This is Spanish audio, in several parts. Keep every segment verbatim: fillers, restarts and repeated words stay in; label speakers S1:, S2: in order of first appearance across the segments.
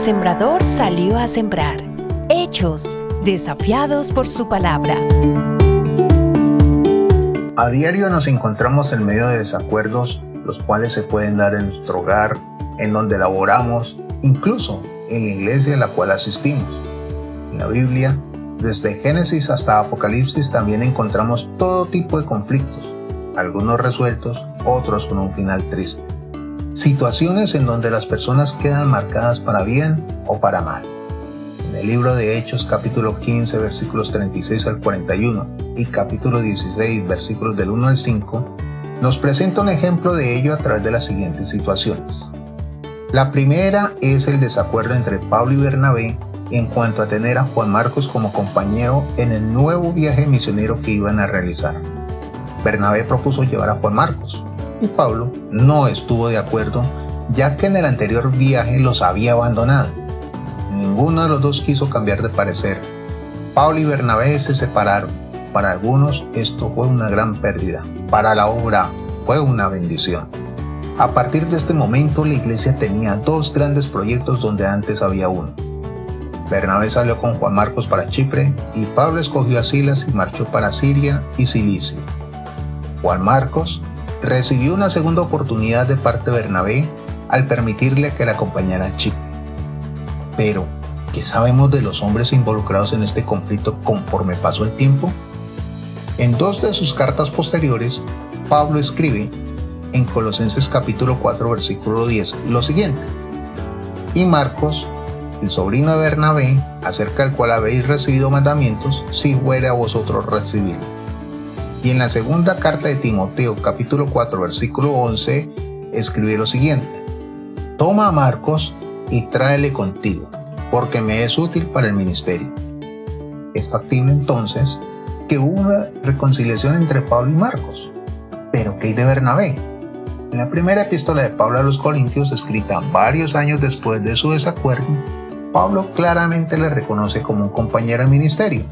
S1: sembrador salió a sembrar. Hechos, desafiados por su palabra.
S2: A diario nos encontramos en medio de desacuerdos, los cuales se pueden dar en nuestro hogar, en donde laboramos, incluso en la iglesia a la cual asistimos. En la Biblia, desde Génesis hasta Apocalipsis, también encontramos todo tipo de conflictos, algunos resueltos, otros con un final triste. Situaciones en donde las personas quedan marcadas para bien o para mal. En el libro de Hechos, capítulo quince, versículos treinta y seis al cuarenta y uno, y capítulo dieciséis, versículos del uno al cinco, nos presenta un ejemplo de ello a través de las siguientes situaciones. La primera es el desacuerdo entre Pablo y Bernabé en cuanto a tener a Juan Marcos como compañero en el nuevo viaje misionero que iban a realizar. Bernabé propuso llevar a Juan Marcos, y Pablo no estuvo de acuerdo, ya que en el anterior viaje los había abandonado. Ninguno de los dos quiso cambiar de parecer. Pablo y Bernabé se separaron. Para algunos esto fue una gran pérdida, para la obra fue una bendición. A partir de este momento la iglesia tenía dos grandes proyectos donde antes había uno. Bernabé salió con Juan Marcos para Chipre y Pablo escogió a Silas y marchó para Siria y Cilicia. Juan Marcos recibió una segunda oportunidad de parte de Bernabé al permitirle que la acompañara a Chipre. Pero, ¿qué sabemos de los hombres involucrados en este conflicto conforme pasó el tiempo? En dos de sus cartas posteriores, Pablo escribe en Colosenses capítulo cuatro, versículo diez, lo siguiente: y Marcos, el sobrino de Bernabé, acerca del cual habéis recibido mandamientos, si fuere a vosotros recibirlo. Y en la segunda carta de Timoteo, capítulo cuatro, versículo once, escribe lo siguiente: toma a Marcos y tráele contigo, porque me es útil para el ministerio. Es factible entonces que hubo una reconciliación entre Pablo y Marcos. ¿Pero qué hay de Bernabé? En la primera epístola de Pablo a los Corintios, escrita varios años después de su desacuerdo, Pablo claramente le reconoce como un compañero de ministerio.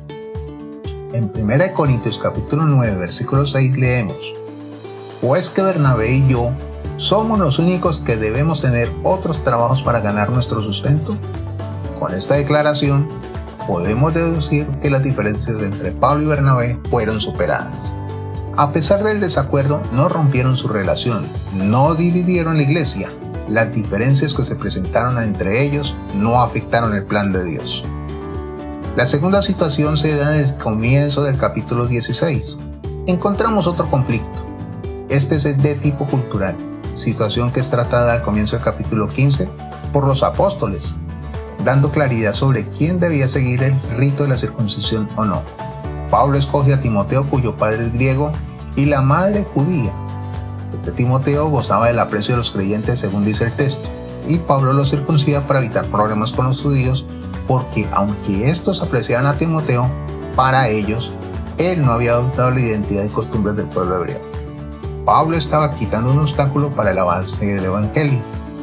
S2: En primera de Corintios capítulo nueve, versículo seis leemos: pues que Bernabé y yo somos los únicos que debemos tener otros trabajos para ganar nuestro sustento. Con esta declaración podemos deducir que las diferencias entre Pablo y Bernabé fueron superadas. A pesar del desacuerdo, no rompieron su relación, no dividieron la iglesia. Las diferencias que se presentaron entre ellos no afectaron el plan de Dios. La segunda situación se da desde el comienzo del capítulo dieciséis. Encontramos otro conflicto. Este es de tipo cultural, situación que es tratada al comienzo del capítulo quince por los apóstoles, dando claridad sobre quién debía seguir el rito de la circuncisión o no. Pablo escoge a Timoteo, cuyo padre es griego y la madre judía. Este Timoteo gozaba del aprecio de los creyentes según dice el texto, y Pablo lo circuncida para evitar problemas con los judíos, porque aunque estos apreciaban a Timoteo, para ellos, él no había adoptado la identidad y costumbres del pueblo hebreo. Pablo estaba quitando un obstáculo para el avance del evangelio.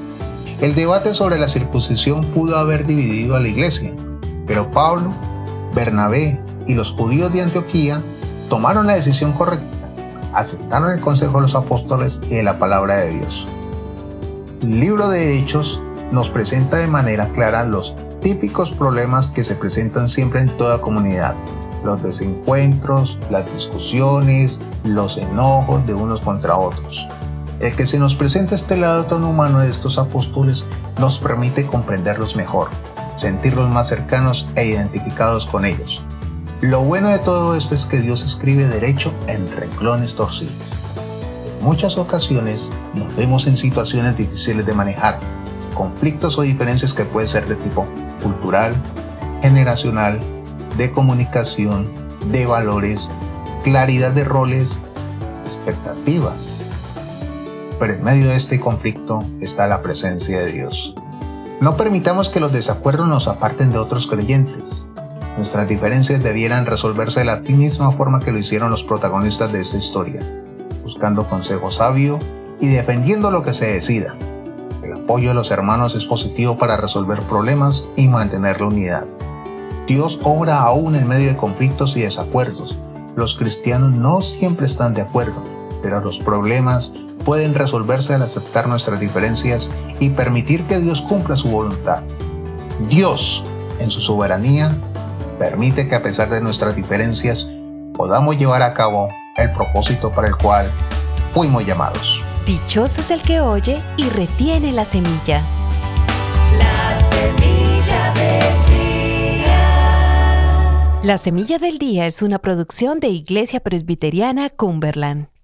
S2: El debate sobre la circuncisión pudo haber dividido a la iglesia, pero Pablo, Bernabé y los judíos de Antioquía tomaron la decisión correcta, aceptaron el consejo de los apóstoles y de la palabra de Dios. El libro de Hechos nos presenta de manera clara los típicos problemas que se presentan siempre en toda comunidad: los desencuentros, las discusiones, los enojos de unos contra otros. El que se nos presenta este lado tan humano de estos apóstoles nos permite comprenderlos mejor, sentirlos más cercanos e identificados con ellos. Lo bueno de todo esto es que Dios escribe derecho en renglones torcidos. En muchas ocasiones nos vemos en situaciones difíciles de manejar, conflictos o diferencias que pueden ser de tipo cultural, generacional, de comunicación, de valores, claridad de roles, expectativas. Pero en medio de este conflicto está la presencia de Dios. No permitamos que los desacuerdos nos aparten de otros creyentes. Nuestras diferencias debieran resolverse de la misma forma que lo hicieron los protagonistas de esta historia, buscando consejo sabio y defendiendo lo que se decida. El apoyo de los hermanos es positivo para resolver problemas y mantener la unidad. Dios obra aún en medio de conflictos y desacuerdos. Los cristianos no siempre están de acuerdo, pero los problemas pueden resolverse al aceptar nuestras diferencias y permitir que Dios cumpla su voluntad. Dios, en su soberanía, permite que a pesar de nuestras diferencias podamos llevar a cabo el propósito para el cual fuimos llamados.
S1: Dichoso es el que oye y retiene la semilla.
S3: La semilla del día.
S1: La Semilla del Día es una producción de Iglesia Presbiteriana Cumberland.